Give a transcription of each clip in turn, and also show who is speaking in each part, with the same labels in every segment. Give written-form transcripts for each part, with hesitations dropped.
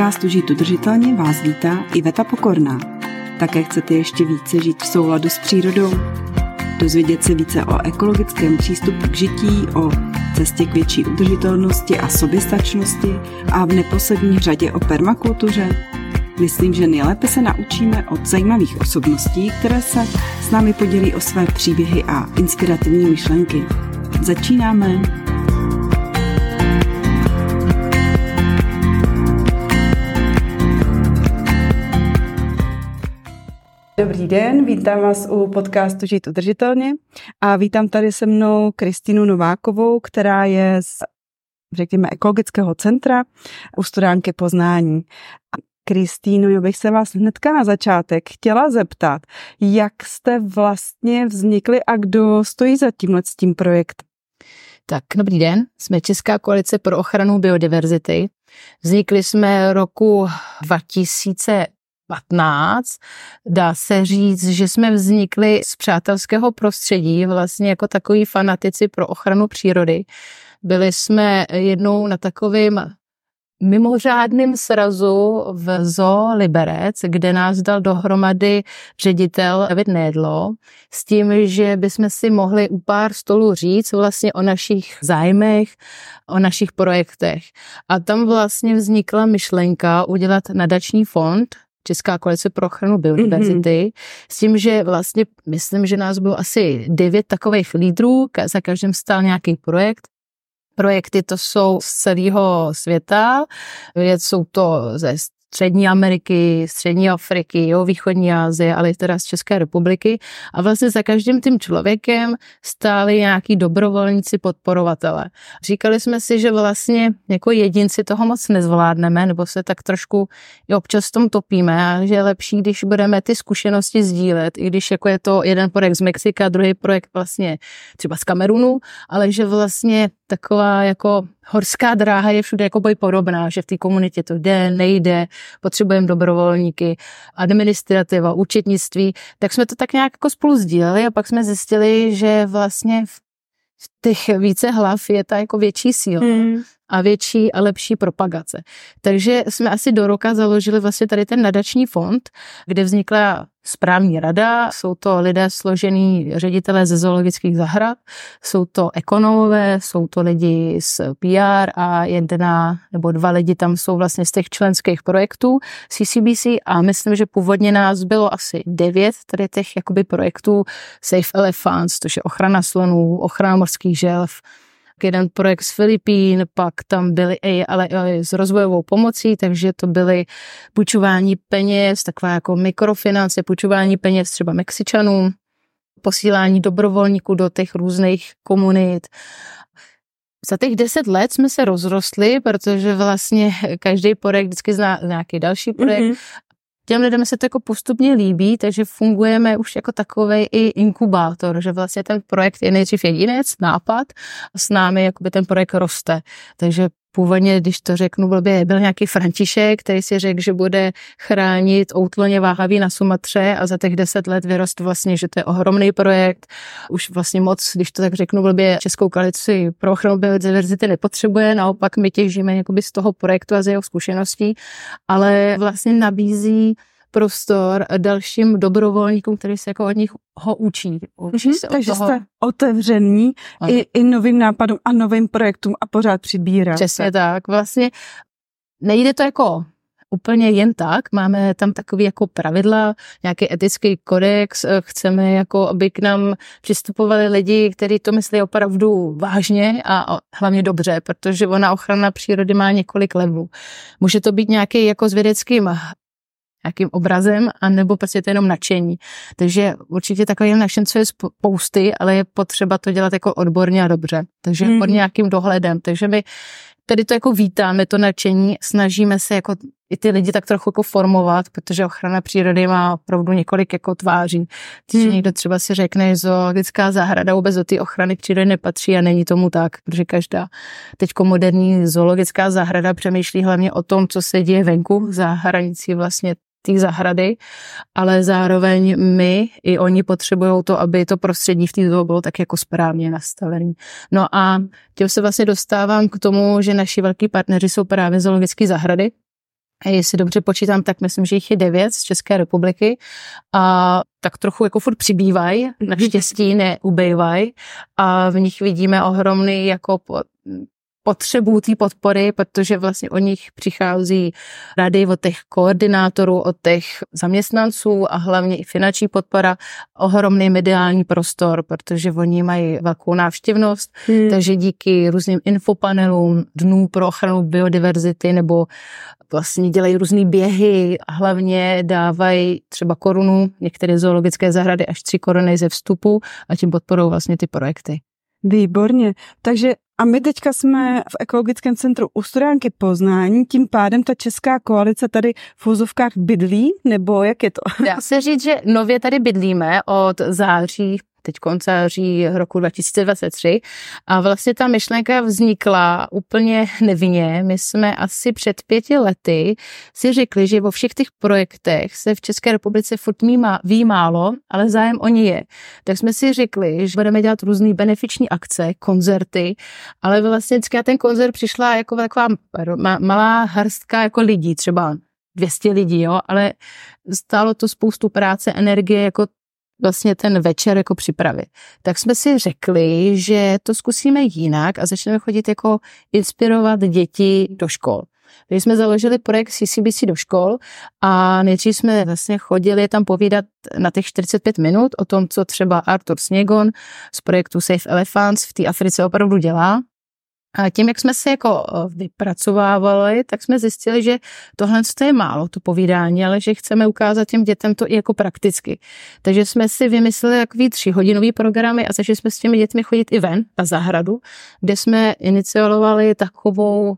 Speaker 1: podcastu Žít udržitelně vás vítá Iveta Pokorná. Také chcete ještě více žít v souladu s přírodou? Dozvědět se více o ekologickém přístupu k žití, o cestě k větší udržitelnosti a soběstačnosti a v neposlední řadě o permakultuře? Myslím, že nejlépe se naučíme od zajímavých osobností, které se s námi podělí o své příběhy a inspirativní myšlenky. Začínáme! Dobrý den, vítám vás u podcastu Žít udržitelně a vítám tady se mnou Kristýnu Novákovou, která je z, řekněme, ekologického centra u Studánky Poznání. Kristýno, já bych se vás hnedka na začátek chtěla zeptat, jak jste vlastně vznikli a kdo stojí za tím projektem?
Speaker 2: Tak, dobrý den, jsme Česká koalice pro ochranu biodiverzity. Vznikli jsme roku 2015. Dá se říct, že jsme vznikli z přátelského prostředí, vlastně jako takový fanatici pro ochranu přírody. Byli jsme jednou na takovým mimořádným srazu v Zoo Liberec, kde nás dal dohromady ředitel David Nédlo s tím, že bychom si mohli u pár stolů říct vlastně o našich zájmech, o našich projektech. A tam vlastně vznikla myšlenka udělat nadační fond Česká koalice pro ochranu biodiverzity, s tím, že vlastně myslím, že nás bylo asi 9 takových lídrů, za každým stál nějaký projekt. Projekty to jsou z celého světa, jsou to ze Střední Ameriky, Střední Afriky, východní Asie, ale i teda z České republiky. A vlastně za každým tím člověkem stáli nějaký dobrovolníci, podporovatele. Říkali jsme si, že vlastně jako jedinci toho moc nezvládneme, nebo se tak trošku i občas v tom topíme, a že je lepší, když budeme ty zkušenosti sdílet, i když jako je to jeden projekt z Mexika, druhý projekt vlastně třeba z Kamerunu, ale že vlastně taková jako horská dráha je všude jako podobná, že v té komunitě to jde, nejde, potřebujeme dobrovolníky, administrativa, účetnictví, tak jsme to tak nějak jako spolu sdíleli a pak jsme zjistili, že vlastně v těch více hlav je ta jako větší síla a větší a lepší propagace. Takže jsme asi do roka založili vlastně tady ten nadační fond, kde vznikla správní rada, jsou to lidé složení ředitelé ze zoologických zahrad, jsou to ekonomové, jsou to lidi z PR a 1 nebo 2 lidi tam jsou vlastně z těch členských projektů CCBC a myslím, že původně nás bylo asi 9 tady těch jakoby projektů Safe Elephants, to je ochrana slonů, ochrana morských želv, jeden projekt z Filipín, pak tam byly ale s rozvojovou pomocí, takže to byly půjčování peněz, taková jako mikrofinance, půjčování peněz třeba Mexičanům, posílání dobrovolníků do těch různých komunit. Za těch 10 let jsme se rozrostli, protože vlastně každý projekt vždycky zná nějaký další projekt. Těm lidem se to jako postupně líbí, takže fungujeme už jako takovej i inkubátor, že vlastně ten projekt je nejdřív jedinec, nápad a s námi jakoby ten projekt roste. Takže původně, když to řeknu blbě, byl nějaký František, který si řekl, že bude chránit outloně váhavý na Sumatře a za těch 10 let vyrostl vlastně, že to je ohromný projekt. Už vlastně moc, když to tak řeknu blbě, Českou koalici pro ochranu biodiverzity nepotřebuje, naopak my těžíme jakoby z toho projektu a z jeho zkušeností, ale vlastně nabízí prostor dalším dobrovolníkům, kteří se jako od nich ho učí. Se
Speaker 1: takže
Speaker 2: toho.
Speaker 1: Jste otevření i novým nápadům a novým projektům a pořád přibírat.
Speaker 2: Přesně tak. Vlastně nejde to jako úplně jen tak, máme tam takový jako pravidla, nějaký etický kodex, chceme jako, aby k nám přistupovali lidi, kteří to myslí opravdu vážně a hlavně dobře, protože ona ochrana přírody má několik levelů. Může to být nějaký jako s vědeckým nějakým obrazem, anebo prostě to jenom nadšení. Takže určitě takovým nadšenců je spousty, ale je potřeba to dělat jako odborně a dobře. Takže pod nějakým dohledem. Takže my tady to jako vítáme, to nadšení, snažíme se jako i ty lidi tak trochu jako formovat, protože ochrana přírody má opravdu několik jako tváří. Když někdo třeba si řekne, že zoologická zahrada vůbec do té ochrany přírody nepatří a není tomu tak, protože každá teďko moderní zoologická zahrada přemýšlí hlavně o tom, co se děje venku za hranicí vlastně té zahrady, ale zároveň my i oni potřebují to, aby to prostředí v té zoo bylo tak jako správně nastavené. No a tím se vlastně dostávám k tomu, že naši velký partneři jsou právě zoologické zahrady, A jestli dobře počítám, tak myslím, že jich je 9 z České republiky a tak trochu jako furt přibývají, naštěstí neubejvají a v nich vidíme ohromný jako potřebu té podpory, protože vlastně o nich přichází rady od těch koordinátorů, od těch zaměstnanců a hlavně i finanční podpora, ohromný mediální prostor, protože oni mají velkou návštěvnost, takže díky různým infopanelům, dnů pro ochranu biodiverzity nebo vlastně dělají různý běhy, hlavně dávají třeba korunu, některé zoologické zahrady až 3 koruny ze vstupu a tím podporují vlastně ty projekty.
Speaker 1: Výborně. Takže a my teďka jsme v Ekologickém centru u Studánky Poznání, tím pádem ta česká koalice tady v úzovkách bydlí, nebo jak je to?
Speaker 2: Dá se říct, že nově tady bydlíme od září, teď září roku 2023 a vlastně ta myšlenka vznikla úplně nevinně. My jsme asi před 5 lety si řekli, že vo všech těch projektech se v České republice furt ví málo, ale zájem o ně je. Tak jsme si řekli, že budeme dělat různý benefiční akce, koncerty, ale vlastně vždycky na ten koncert přišla jako taková malá hrstka jako lidí, třeba 200 lidí, jo, ale stálo to spoustu práce, energie, jako vlastně ten večer jako připravit. Tak jsme si řekli, že to zkusíme jinak a začneme chodit jako inspirovat děti do škol. Takže jsme založili projekt CCBC do škol a nejdřív jsme vlastně chodili tam povídat na těch 45 minut o tom, co třeba Arthur Sněgon z projektu Save Elephants v té Africe opravdu dělá. A tím, jak jsme se jako vypracovávali, tak jsme zjistili, že tohle je málo, to povídání, ale že chceme ukázat těm dětem to i jako prakticky. Takže jsme si vymysleli takový 3hodinový programy a začali jsme s těmi dětmi chodit i ven na zahradu, kde jsme iniciovali takový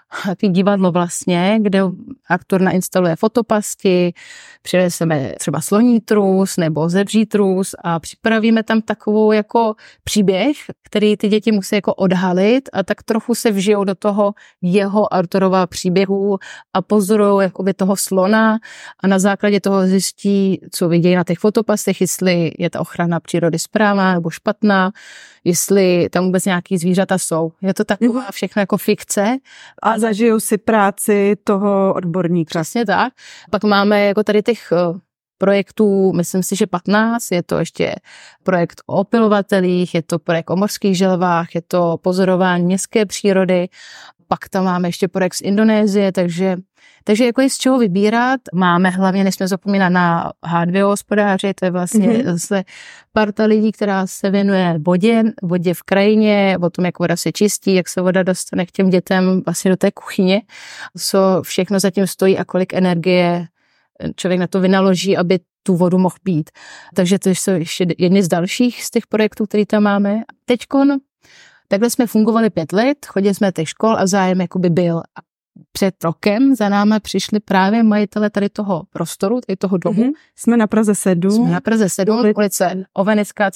Speaker 2: divadlo vlastně, kde aktor nainstaluje fotopasti, přivezeme třeba sloní trus nebo zebří trus a připravíme tam takovou jako příběh, který ty děti musí jako odhalit a tak trochu se vžijou do toho jeho Arthurova příběhu a pozorují jakoby toho slona a na základě toho zjistí, co vidějí na těch fotopastech, jestli je ta ochrana přírody správná nebo špatná, jestli tam vůbec nějaký zvířata jsou. Je to taková všechno jako fikce.
Speaker 1: A zažijou si práci toho odborníka.
Speaker 2: Přesně tak. Pak máme jako tady těch projektů, myslím si, že 15, je to ještě projekt o opilovatelích, je to projekt o mořských želvách, je to pozorování městské přírody, pak tam máme ještě projekt z Indonésie, takže jako je z čeho vybírat. Máme hlavně, než jsme zapomínat na H2O hospodáři, to je vlastně zase parta lidí, která se věnuje vodě v krajině, o tom, jak voda se čistí, jak se voda dostane k těm dětem vlastně do té kuchyně, co všechno zatím stojí a kolik energie člověk na to vynaloží, aby tu vodu mohl pít. Takže to jsou ještě jedny z dalších z těch projektů, které tam máme. Teďkon, takhle jsme fungovali 5 let, chodili jsme do těch škol a zájem jakoby byl. Před rokem za námi přišli právě majitele tady toho prostoru, tady toho domu.
Speaker 1: Jsme na Praze 7.
Speaker 2: Jsme na Praze 7, ulice Ovenická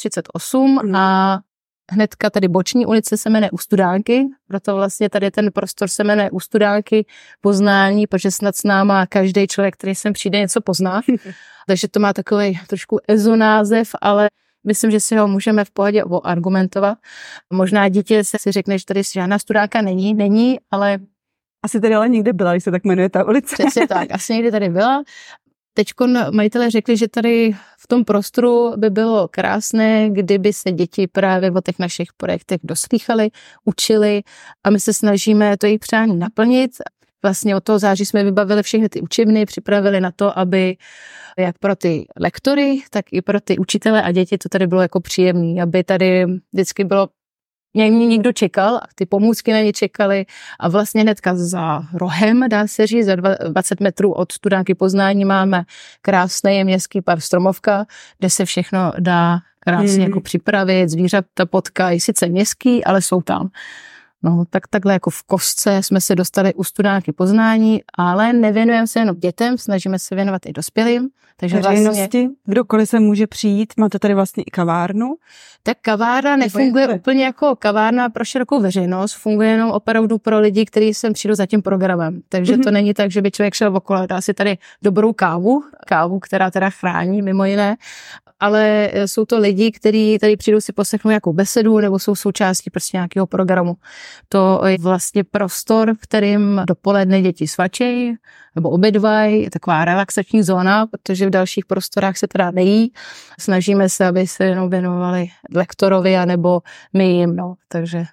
Speaker 2: 38 a hnedka tady boční ulice se jmenuje U Studánky, proto vlastně tady ten prostor se jmenuje U Studánky Poznání, protože snad s náma každý člověk, který sem přijde, něco pozná. Takže to má takový trošku EZO název, ale myslím, že si ho můžeme v pohodě argumentovat. Možná dítě se si řekne, že tady žádná Studánka není, ale
Speaker 1: asi tady ale někde byla, když se tak jmenuje ta ulice.
Speaker 2: Přesně tak, asi někde tady byla. Teďko majitelé řekli, že tady v tom prostoru by bylo krásné, kdyby se děti právě o těch našich projektech doslýchaly, učili a my se snažíme to jejich přání naplnit. Vlastně od toho září jsme vybavili všechny ty učebny, připravili na to, aby jak pro ty lektory, tak i pro ty učitele a děti to tady bylo jako příjemné, aby tady vždycky bylo mě někdo čekal a ty pomůcky na ně čekali a vlastně hnedka za rohem, dá se říct, za 20 metrů od Studánky Poznání máme krásný městský park Stromovka, kde se všechno dá krásně jako připravit, zvířata potkají, sice městský, ale jsou tam. No, tak takhle jako v kostce jsme se dostali u Studánky Poznání, ale nevěnujeme se jenom dětem, snažíme se věnovat i dospělým. Takže
Speaker 1: vlastně kdokoliv se může přijít, máte tady vlastně i kavárnu?
Speaker 2: Tak kavárna nefunguje úplně jako kavárna pro širokou veřejnost, funguje jenom opravdu pro lidi, kteří sem přijdou za tím programem. Takže to není tak, že by člověk šel okolo, dá si tady dobrou kávu, která teda chrání mimo jiné ale jsou to lidi, kteří tady přijdou si poslechnout nějakou besedu nebo jsou součástí prostě nějakého programu. To je vlastně prostor, v kterým dopoledne děti svačejí nebo obědvají, taková relaxační zóna, protože v dalších prostorách se teda nejí. Snažíme se, aby se jenom věnovali lektorovi anebo my jim, no, takže.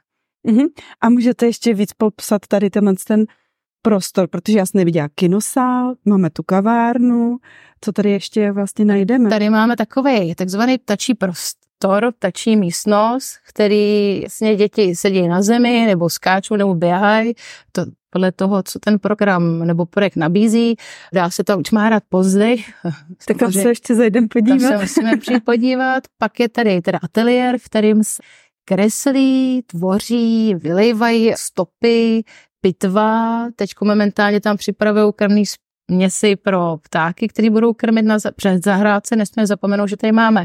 Speaker 1: A můžete ještě víc popsat tady ten prostor, protože já jsem neviděla kinosál, máme tu kavárnu, co tady ještě vlastně najdeme?
Speaker 2: Tady máme takový takzvaný ptačí prostor, ptačí místnost, který vlastně děti sedí na zemi nebo skáčou nebo běhají, to podle toho, co ten program nebo projekt nabízí, dá se to učmárat pozdej.
Speaker 1: Tak tam se ještě zajdem podívat.
Speaker 2: Tam se musíme přijít podívat. Pak je tady teda ateliér, v kterým kreslí, tvoří, vylejvají stopy, pitva. Teďko momentálně tam připravují krmný směsi pro ptáky, který budou krmit na předzahrádce. Nesmíme zapomenout, že tady máme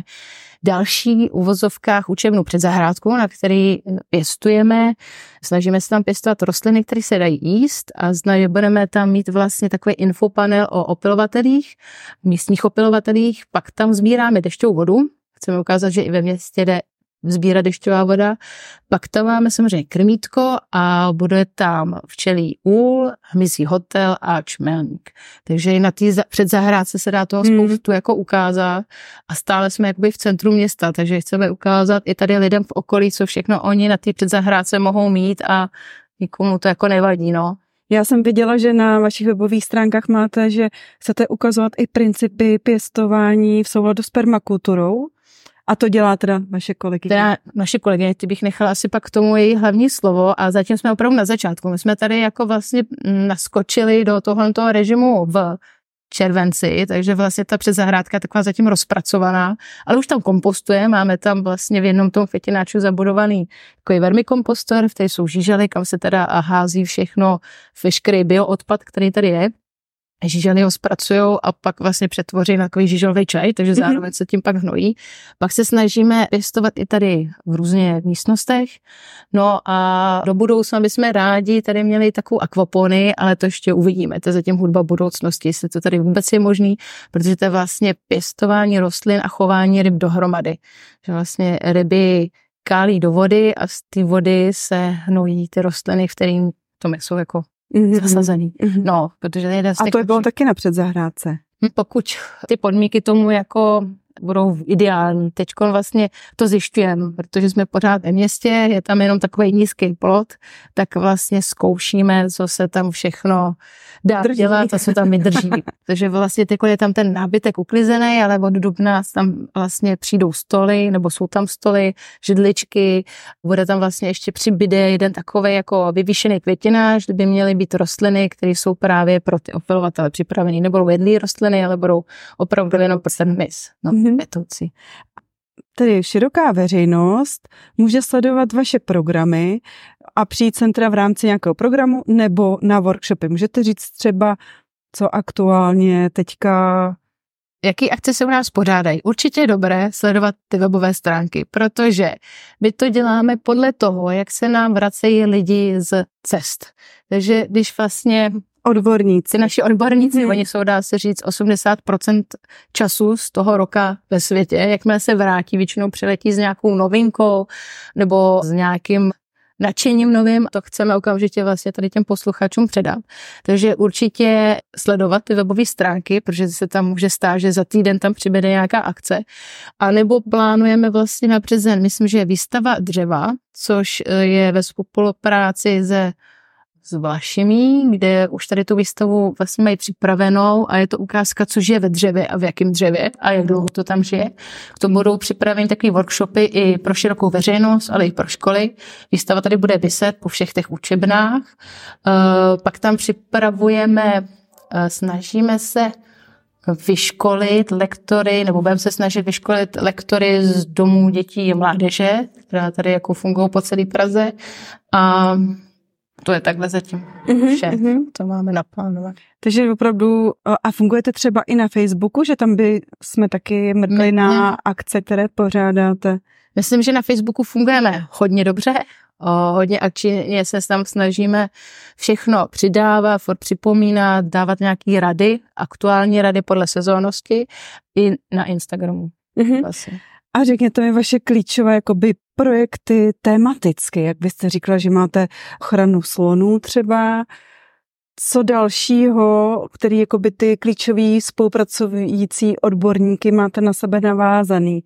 Speaker 2: další uvozovkách učebnu předzahrádku, na který pěstujeme. Snažíme se tam pěstovat rostliny, které se dají jíst a budeme tam mít vlastně takový infopanel o opilovatelích, místních opilovatelích. Pak tam sbíráme dešťovou vodu. Chceme ukázat, že i ve městě jde sbírat dešťová voda. Pak tam máme samozřejmě krmítko a bude tam včelí úl, hmyzí hotel a čmelník. Takže i na té předzahrádce se dá toho spoustu jako ukázat a stále jsme jakoby v centru města, takže chceme ukázat i tady lidem v okolí, co všechno oni na té předzahrádce mohou mít a nikomu to jako nevadí, no.
Speaker 1: Já jsem viděla, že na vašich webových stránkách máte, že chcete ukazovat i principy pěstování v souladu s permakulturou. A to dělá teda vaše kolegyně?
Speaker 2: Teda naše kolegyně, ty bych nechala asi pak k tomu její hlavní slovo a zatím jsme opravdu na začátku. My jsme tady jako vlastně naskočili do tohoto režimu v červenci, takže vlastně ta předzahrádka je taková zatím rozpracovaná, ale už tam kompostuje, máme tam vlastně v jednom tom květináču zabudovaný takový vermikompostor, v který jsou žížely, kam se teda hází všechno, veškerý bioodpad, který tady je. Žížely ho zpracujou a pak vlastně přetvoří na takový žíželový čaj, takže zároveň se tím pak hnojí. Pak se snažíme pěstovat i tady v různých místnostech. No a do budoucna bychom rádi tady měli takovou akvaponii, ale to ještě uvidíme. To je zatím hudba budoucnosti, jestli to tady vůbec je možný, protože to je vlastně pěstování rostlin a chování ryb dohromady. Že vlastně ryby kálí do vody a z té vody se hnojí ty rostliny, v kterým to jsou jako zasazený. No, protože
Speaker 1: a to bylo taky na předzahrádce.
Speaker 2: Pokud ty podmínky tomu jako budou ideální. Teďko vlastně to zjišťujeme, protože jsme pořád ve městě, je tam jenom takový nízký plot, tak vlastně zkoušíme, co se tam všechno dá dělat a co tam vydrží. Takže vlastně teď je tam ten nábytek uklizený, ale od dubna tam vlastně přijdou stoly, nebo jsou tam stoly, židličky, bude tam vlastně ještě přibyde jeden takový jako vyvýšený květináč, kde by měly být rostliny, které jsou právě pro ty opilovatele připravený. Nebudou jedlý rostliny, ale budou opravdu jenom pro ten hmyz. Metoucí.
Speaker 1: Tedy široká veřejnost může sledovat vaše programy a přijít sem teda v rámci nějakého programu nebo na workshopy. Můžete říct třeba, co aktuálně teďka...
Speaker 2: Jaký akce se u nás pořádají? Určitě je dobré sledovat ty webové stránky, protože my to děláme podle toho, jak se nám vracejí lidi z cest. Takže když vlastně... Naši odborníci, oni jsou, dá se říct, 80% času z toho roka ve světě. Jakmile se vrátí, většinou přiletí s nějakou novinkou nebo s nějakým nadšením novým, to chceme okamžitě vlastně tady těm posluchačům předat. Takže určitě sledovat ty webové stránky, protože se tam může stát, že za týden tam přibude nějaká akce. A nebo plánujeme vlastně na březen, myslím, že je výstava dřeva, což je ve spolupráci s Vlašimí, kde už tady tu výstavu vlastně mají připravenou a je to ukázka, co žije ve dřevě a v jakém dřevě a jak dlouho to tam žije. K tomu budou připraveny takové workshopy i pro širokou veřejnost, ale i pro školy. Výstava tady bude viset po všech těch učebnách. Pak tam připravujeme, snažíme se vyškolit lektory, nebo budeme se snažit vyškolit lektory z domů dětí a mládeže, která tady jako fungují po celé Praze. A to je takhle zatím vše, to máme naplánovat.
Speaker 1: Takže opravdu, a fungujete třeba i na Facebooku, že tam by jsme taky mrkli na akce, které pořádáte?
Speaker 2: Myslím, že na Facebooku fungujeme hodně dobře, hodně akčně se tam snažíme všechno přidávat, připomínat, dávat nějaké rady, aktuální rady podle sezónnosti i na Instagramu. Vlastně.
Speaker 1: A řekněte mi vaše klíčové jakoby projekty tematicky, jak byste říkala, že máte ochranu slonů třeba. Co dalšího, který jakoby ty klíčoví spolupracující odborníky máte na sebe navázaný?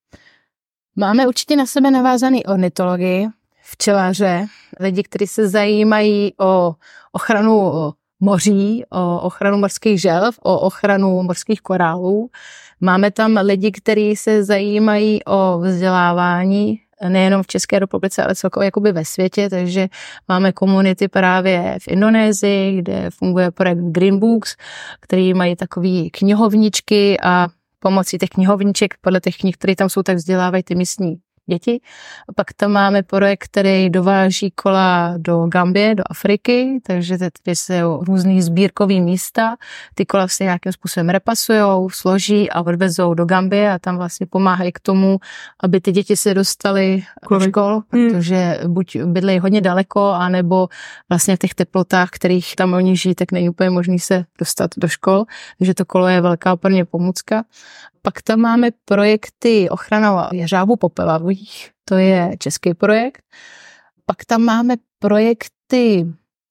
Speaker 2: Máme určitě na sebe navázaný ornitologii, včelaře, lidi, kteří se zajímají o ochranu moří, o ochranu morských želv, o ochranu morských korálů. Máme tam lidi, kteří se zajímají o vzdělávání, nejenom v České republice, ale celkově jakoby ve světě, takže máme komunity právě v Indonésii, kde funguje projekt Green Books, který mají takový knihovničky a pomocí těch knihovniček, podle těch knih, které tam jsou, tak vzdělávají ty místní děti. A pak tam máme projekt, který dováží kola do Gambie, do Afriky, takže tady jsou různý sbírkový místa. Ty kola se nějakým způsobem repasujou, složí a odvezou do Gambie a tam vlastně pomáhají k tomu, aby ty děti se dostaly do škol, protože buď bydlejí hodně daleko, anebo vlastně v těch teplotách, kterých tam oni žijí, tak není úplně možný se dostat do škol, takže to kolo je velká pro ně pomůcka. Pak tam máme projekty ochrana jeřábů popelavých, to je český projekt. Pak tam máme projekty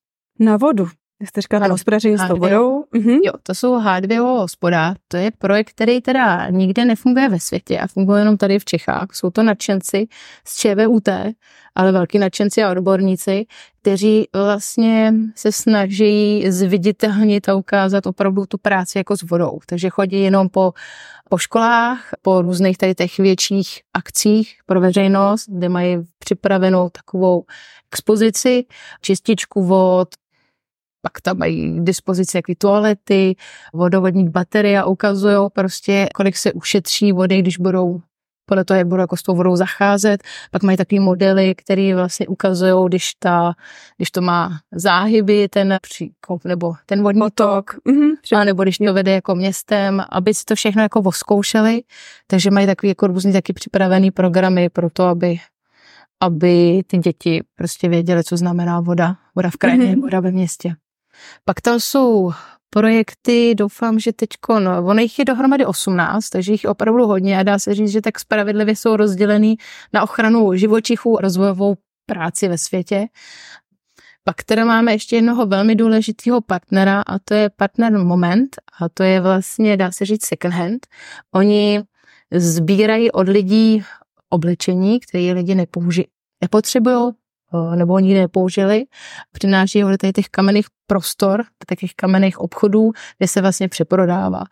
Speaker 1: na vodu. Jste říkala hospodaření s vodou.
Speaker 2: Jo, to jsou H2O hospoda. To je projekt, který teda nikde nefunguje ve světě a funguje jenom tady v Čechách. Jsou to nadšenci z ČVUT, ale velký nadšenci a odborníci, kteří vlastně se snaží zviditelnit a ukázat opravdu tu práci jako s vodou. Takže chodí jenom po školách, po různých tady těch větších akcích pro veřejnost, kde mají připravenou takovou expozici, čističku vod, pak tam mají k dispozici jaký toalety, vodovodní baterie a ukazujou prostě, kolik se ušetří vody, když budou podle toho, jak budou jako s tou vodou zacházet. Pak mají takový modely, které vlastně ukazují, když to má záhyby, ten příkop nebo ten vodní tok, nebo když to vede jako městem, aby si to všechno jako oskoušeli. Takže mají takový jako různý taky připravený programy pro to, aby ty děti prostě věděly, co znamená voda v krajině, voda ve městě. Pak tam jsou projekty, doufám, že ono jich je dohromady 18, takže jich opravdu hodně a dá se říct, že tak spravedlivě jsou rozdělený na ochranu živočichů a rozvojovou práci ve světě. Pak teda máme ještě jednoho velmi důležitého partnera a to je partner Moment a to je vlastně, dá se říct, second hand. Oni sbírají od lidí oblečení, které lidi nepotřebují nebo ho nikdy nepoužili. Přináší ho do těch kamenných prostor, do těch kamenných obchodů, kde se vlastně přeprodává.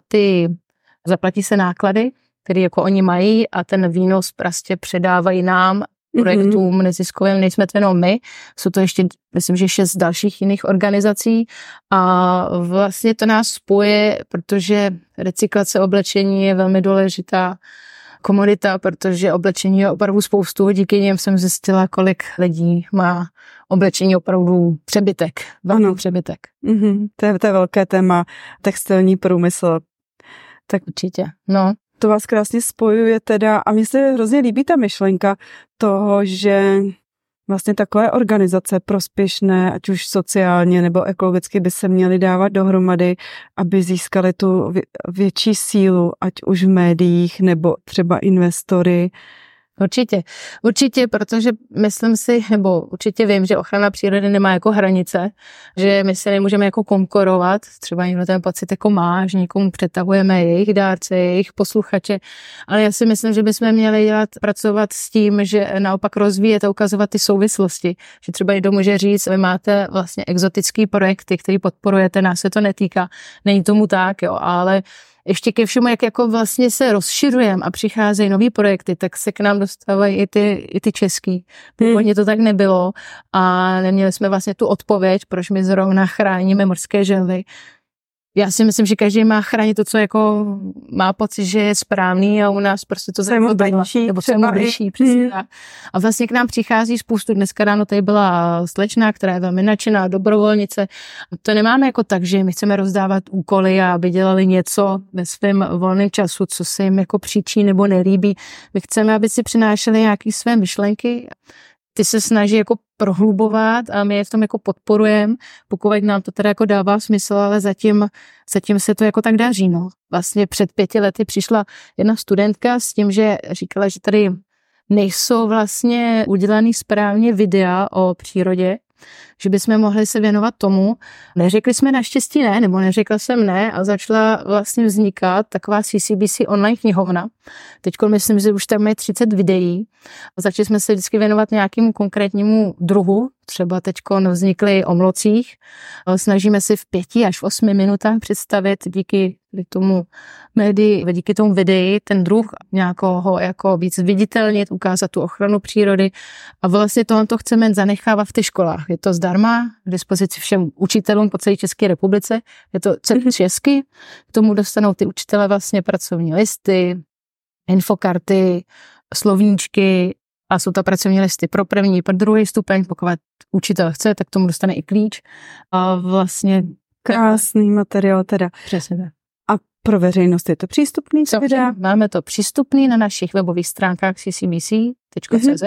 Speaker 2: Zaplatí se náklady, které jako oni mají a ten výnos prostě předávají nám, projektům neziskovým, nejsme to jenom my, jsou to ještě, myslím, že 6 dalších jiných organizací a vlastně to nás spojuje, protože recyklace oblečení je velmi důležitá komodita, protože oblečení je opravdu spoustu. Díky něm jsem zjistila, kolik lidí má oblečení opravdu přebytek. Velký přebytek.
Speaker 1: To je velké téma, textilní průmysl.
Speaker 2: Tak určitě, no.
Speaker 1: To vás krásně spojuje teda a mně se hrozně líbí ta myšlenka toho, že vlastně takové organizace prospěšné, ať už sociálně nebo ekologicky, by se měly dávat dohromady, aby získali tu větší sílu, ať už v médiích nebo třeba investory. Určitě, protože myslím si, nebo určitě vím, že ochrana přírody nemá jako hranice, že my se nemůžeme jako konkurovat, třeba někdo ten pocit jako má, že někomu přetahujeme jejich dárce, jejich posluchače, ale já si myslím, že bychom měli pracovat s tím, že naopak rozvíjet a ukazovat ty souvislosti, že třeba někdo může říct, vy máte vlastně exotický projekty, který podporujete, nás se to netýká, není tomu tak, jo, ale ještě ke všemu, jak jako vlastně se rozšiřujeme a přicházejí nový projekty, tak se k nám dostávají i ty český. Původně to tak nebylo a neměli jsme vlastně tu odpověď, proč my zrovna chráníme morské želvy. Já si myslím, že každý má chránit to, co jako má pocit, že je správný a u nás prostě to se mu blíží. A vlastně k nám přichází spoustu. Dneska ráno tady byla slečna, která je velmi nadšená, dobrovolnice. A to nemáme jako tak, že my chceme rozdávat úkoly a aby dělali něco ve svém volném času, co se jim jako příčí nebo nelíbí. My chceme, aby si přinášeli nějaké své myšlenky,
Speaker 2: ty se snaží jako prohlubovat a my je v tom jako podporujeme, pokud nám to teda jako dává smysl, ale zatím se to jako tak daří, no. Vlastně před 5 lety přišla jedna studentka s tím, že říkala, že tady nejsou vlastně udělaný správně videa o přírodě, že bychom mohli se věnovat tomu. Neřekli jsme naštěstí ne, nebo neřekla jsem ne a začala vlastně vznikat taková CCBC online knihovna. Teďko myslím, že už tam je 30 videí. Začali jsme se vždycky věnovat nějakému konkrétnímu druhu, třeba teďko vznikly o mlocích. Snažíme si v 5 až v 8 minutách představit díky tomu médii, díky tomu videi ten druh, nějakého jako víc viditelnit, ukázat tu ochranu přírody a vlastně tohle chceme zanechávat v těch školách. Je to zdarma, k dispozici všem učitelům po celé České republice, je to celý česky, k tomu dostanou ty učitelé vlastně pracovní listy, infokarty, slovníčky a jsou to pracovní listy pro první, pro druhý stupeň, pokud učitel chce, tak tomu dostane i klíč a vlastně
Speaker 1: krásný materiál teda.
Speaker 2: Přesně tak.
Speaker 1: A pro veřejnost je to přístupný?
Speaker 2: Máme to přístupný na našich webových stránkách ccbc.cz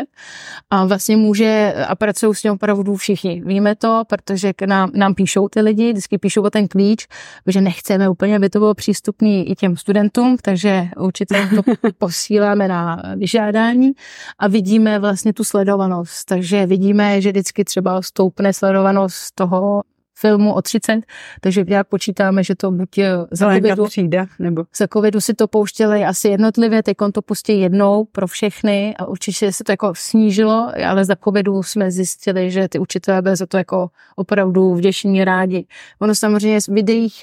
Speaker 2: a vlastně a pracují s tím opravdu všichni. Víme to, protože nám píšou ty lidi, vždycky píšou o ten klíč, že nechceme úplně, aby to bylo přístupný i těm studentům, takže určitě to posíláme na vyžádání a vidíme vlastně tu sledovanost. Takže vidíme, že vždycky třeba stoupne sledovanost toho filmu o 30, takže nějak počítáme, že to buď za covidu, za covidu si to pouštěli asi jednotlivě, teď on to pustí jednou pro všechny a určitě se to jako snížilo, ale za covidu jsme zjistili, že ty učitelé byli za to jako opravdu vděční, rádi. Ono samozřejmě v videích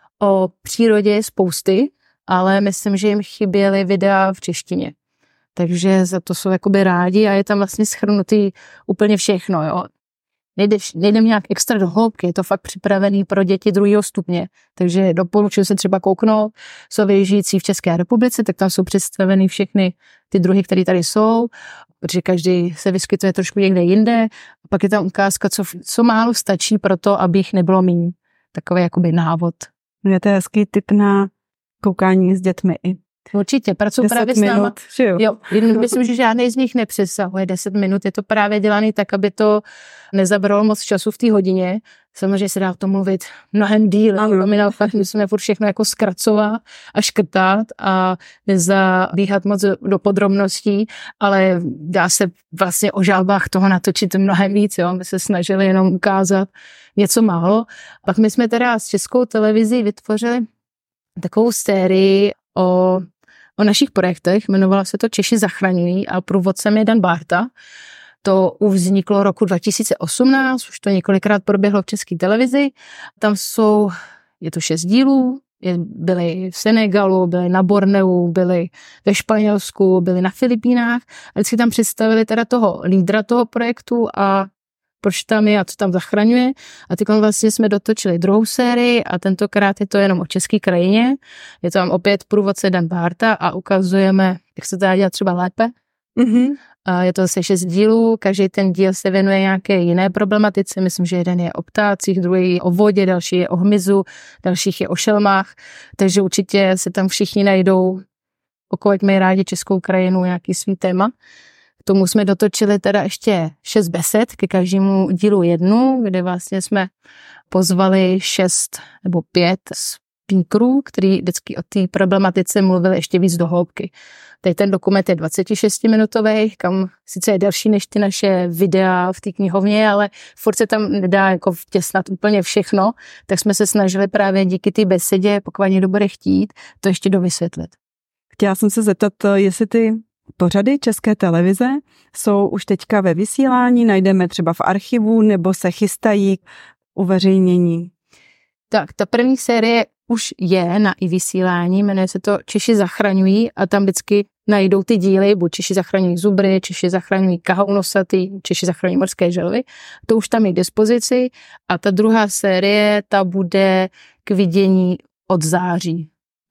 Speaker 2: o přírodě je spousty, ale myslím, že jim chyběly videa v češtině. Takže za to jsou jakoby rádi a je tam vlastně shrnutý úplně všechno, jo. Nejdem nějak extra do hloubky, je to fakt připravený pro děti 2. stupně, takže doporučuji se třeba kouknout, jsou žijící v České republice, tak tam jsou představeny všechny ty druhy, které tady jsou, protože každý se vyskytuje trošku někde jinde, a pak je tam ukázka, co málo stačí pro to, aby jich nebylo míň. Takový jakoby návod.
Speaker 1: Je to hezký tip na koukání s dětmi i.
Speaker 2: Určitě, pracuji právě s náma. Jo, myslím, že žádný z nich nepřesahuje 10 minut. Je to právě dělaný tak, aby to nezabralo moc času v té hodině. Samozřejmě se dá o tom mluvit mnohem díl. My naopak musíme furt všechno jako zkracovat a škrtat a nezabíhat moc do podrobností, ale dá se vlastně o žálbách toho natočit mnohem víc. Jo? My se snažili jenom ukázat něco málo. Pak my jsme teda s Českou televizí vytvořili takovou sérii o našich projektech, jmenovala se to Češi zachraňují a průvodcem je Dan Bárta. To vzniklo roku 2018, už to několikrát proběhlo v České televizi. Tam je to 6 dílů, byli v Senegalu, byli na Borneu, byli ve Španělsku, byli na Filipínách a vždycky tam představili teda toho lídra toho projektu a proč tam je a co tam zachraňuje. A teď vlastně jsme dotočili 2. sérii a tentokrát je to jenom o české krajině. Je tam opět průvodce Dan Bárta a ukazujeme, jak se to dá dělat třeba lépe. A je to zase 6 dílů, každý ten díl se věnuje nějaké jiné problematice. Myslím, že jeden je o ptácích, druhý o vodě, další je o hmyzu, dalších je o šelmách. Takže určitě se tam všichni najdou, pokud mají rádi českou krajinu, nějaký svý téma. K tomu jsme dotočili teda ještě 6 besed, ke každému dílu 1, kde vlastně jsme pozvali 6 nebo 5 speakerů, který vždycky o té problematice mluvili ještě víc do hloubky. Teď ten dokument je 26-minutový, kam sice je delší než ty naše videa v té knihovně, ale furt se tam nedá jako vtěsnat úplně všechno, tak jsme se snažili právě díky té besedě, pokud někdo bude chtít, to ještě dovysvětlit.
Speaker 1: Chtěla jsem se zeptat, jestli ty pořady České televize jsou už teďka ve vysílání, najdeme třeba v archivu, nebo se chystají k uveřejnění?
Speaker 2: Tak, ta první série už je na i vysílání, jmenuje se to Češi zachraňují a tam vždycky najdou ty díly, buď Češi zachraňují zubry, Češi zachraňují kahounosatý, Češi zachraňují morské želvy. To už tam je k dispozici a ta 2. série, ta bude k vidění od září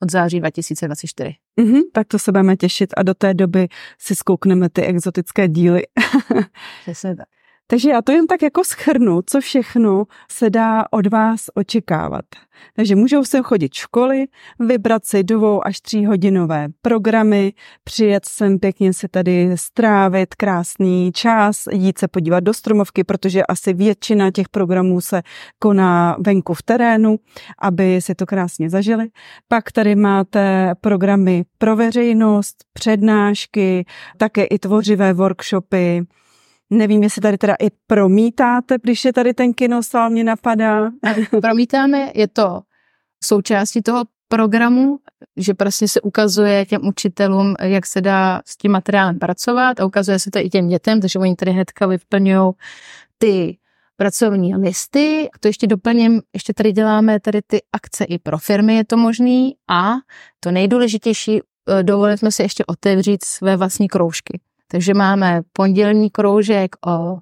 Speaker 2: 2024.
Speaker 1: Tak to se budeme těšit a do té doby si zkoukneme ty exotické díly.
Speaker 2: Přesně tak.
Speaker 1: Takže já to jen tak jako shrnu, co všechno se dá od vás očekávat. Takže můžou sem chodit školy, vybrat si 2 až 3 hodinové programy, přijet sem pěkně si tady strávit krásný čas, jít se podívat do stromovky, protože asi většina těch programů se koná venku v terénu, aby si to krásně zažili. Pak tady máte programy pro veřejnost, přednášky, také i tvořivé workshopy. Nevím, jestli tady teda i promítáte, když je tady ten kinosál, mě napadá.
Speaker 2: Promítáme, je to součástí toho programu, že prostě se ukazuje těm učitelům, jak se dá s tím materiálem pracovat a ukazuje se to i těm dětem, takže oni tady hnedka vyplňují ty pracovní listy. To ještě doplním, ještě tady děláme tady ty akce i pro firmy, je to možný a to nejdůležitější, dovolili jsme si ještě otevřít své vlastní kroužky. Takže máme pondělní kroužek o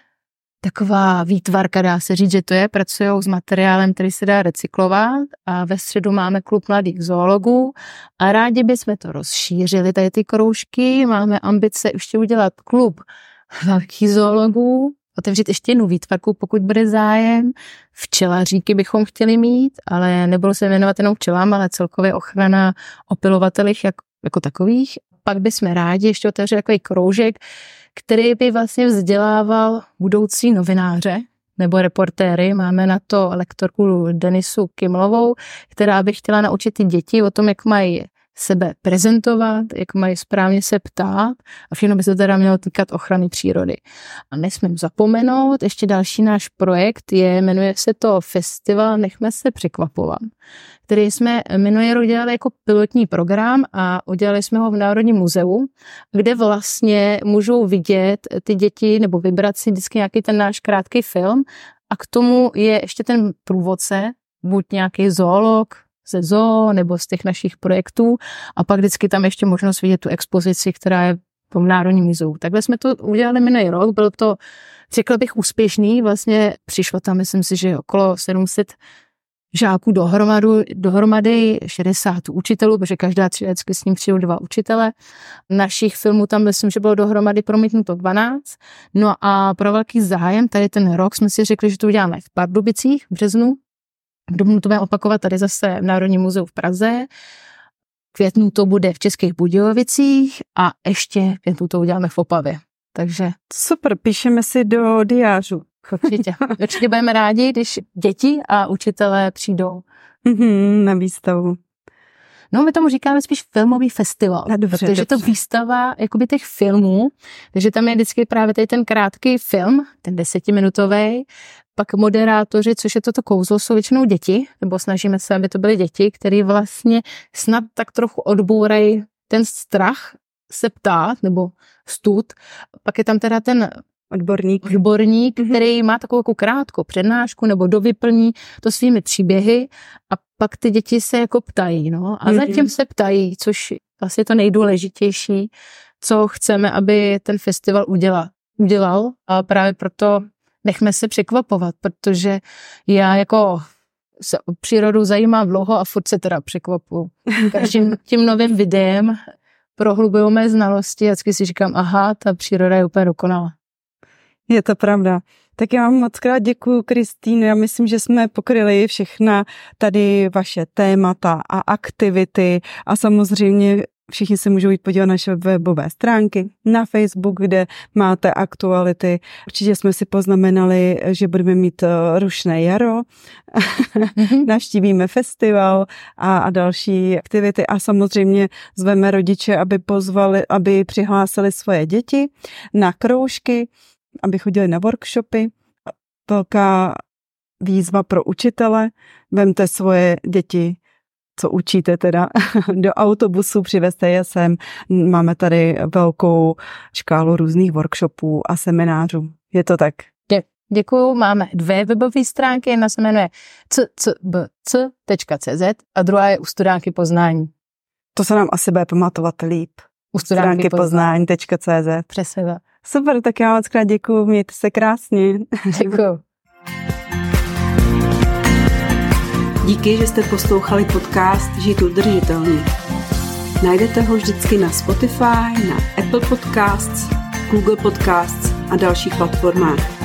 Speaker 2: taková výtvarka, dá se říct, že to je, pracují s materiálem, který se dá recyklovat a ve středu máme klub mladých zoologů a rádi bychom to rozšířili, tady ty kroužky, máme ambice ještě udělat klub velkých zoologů, otevřít ještě jednu výtvarku, pokud bude zájem. Včelaříky bychom chtěli mít, ale nebudu se věnovat jenom včelám, ale celkově ochrana opylovatelích jako takových. Pak bychom rádi ještě otevřeli takový kroužek, který by vlastně vzdělával budoucí novináře nebo reportéry. Máme na to lektorku Denisu Kimlovou, která by chtěla naučit ty děti o tom, jak mají sebe prezentovat, jak mají správně se ptát a všechno by se teda mělo týkat ochrany přírody. A nesmím zapomenout, ještě další náš projekt jmenuje se to Festival Nechme se překvapovat, který jsme minulý rok dělali jako pilotní program a udělali jsme ho v Národním muzeu, kde vlastně můžou vidět ty děti nebo vybrat si vždycky nějaký ten náš krátký film a k tomu je ještě ten průvodce, buď nějaký zoolog ze zoo nebo z těch našich projektů a pak vždycky tam ještě možnost vidět tu expozici, která je v tom Národním muzeu. Takhle jsme to udělali minulý rok, byl to, řekl bych, úspěšný, vlastně přišlo tam, myslím si, že okolo 700 žáků dohromady 60 učitelů, protože každá třída s ním přijdou 2 učitele. Našich filmů tam myslím, že bylo dohromady promítnuto 12. No a pro velký zájem tady ten rok jsme si řekli, že to uděláme v Pardubicích v březnu. V dubnu to budeme opakovat tady zase v Národním muzeu v Praze. V květnu to bude v Českých Budějovicích a ještě v květnu to uděláme v Opavě. Takže
Speaker 1: super, píšeme si do diářu.
Speaker 2: Určitě budeme rádi, když děti a učitelé přijdou
Speaker 1: na výstavu.
Speaker 2: No, my tomu říkáme spíš filmový festival, protože to výstava jakoby těch filmů, takže tam je vždycky právě tady ten krátký film, ten 10minutový, pak moderátoři, což je toto kouzlo, jsou většinou děti, nebo snažíme se, aby to byly děti, který vlastně snad tak trochu odbourají ten strach se ptát, nebo stud. Pak je tam teda ten odborník, který má takovou krátkou přednášku nebo dovyplní to svými příběhy a pak ty děti se jako ptají, no. A zatím se ptají, což vlastně je to nejdůležitější, co chceme, aby ten festival udělal a právě proto nechme se překvapovat, protože já jako se o přírodu zajímám dlouho a furt se teda překvapuju. Každým tím novým videem prohlubuju mé znalosti a vždycky si říkám, aha, ta příroda je úplně dokonalá.
Speaker 1: Je to pravda. Tak já vám moc krát děkuju, Kristýno. Já myslím, že jsme pokryli všechna tady vaše témata a aktivity a samozřejmě všichni se můžou jít podívat na naše webové stránky, na Facebook, kde máte aktuality. Určitě jsme si poznamenali, že budeme mít rušné jaro, navštívíme festival a další aktivity a samozřejmě zveme rodiče, aby přihlásili svoje děti na kroužky, aby chodili na workshopy. Velká výzva pro učitele. Vemte svoje děti, co učíte teda, do autobusu, přivezte je sem. Máme tady velkou škálu různých workshopů a seminářů. Je to tak?
Speaker 2: Děkuju. Máme 2 webové stránky. Jedna se jmenuje ccbc.cz a druhá je u Studánky Poznání.
Speaker 1: To se nám asi bude pamatovat líp. U studánkypoznání.cz.
Speaker 2: Přesně.
Speaker 1: Super, tak já moc krát děkuju, mějte se krásně.
Speaker 2: Děkuju.
Speaker 1: Díky, že jste poslouchali podcast Žít udržitelně. Najdete ho vždycky na Spotify, na Apple Podcasts, Google Podcasts a dalších platformách.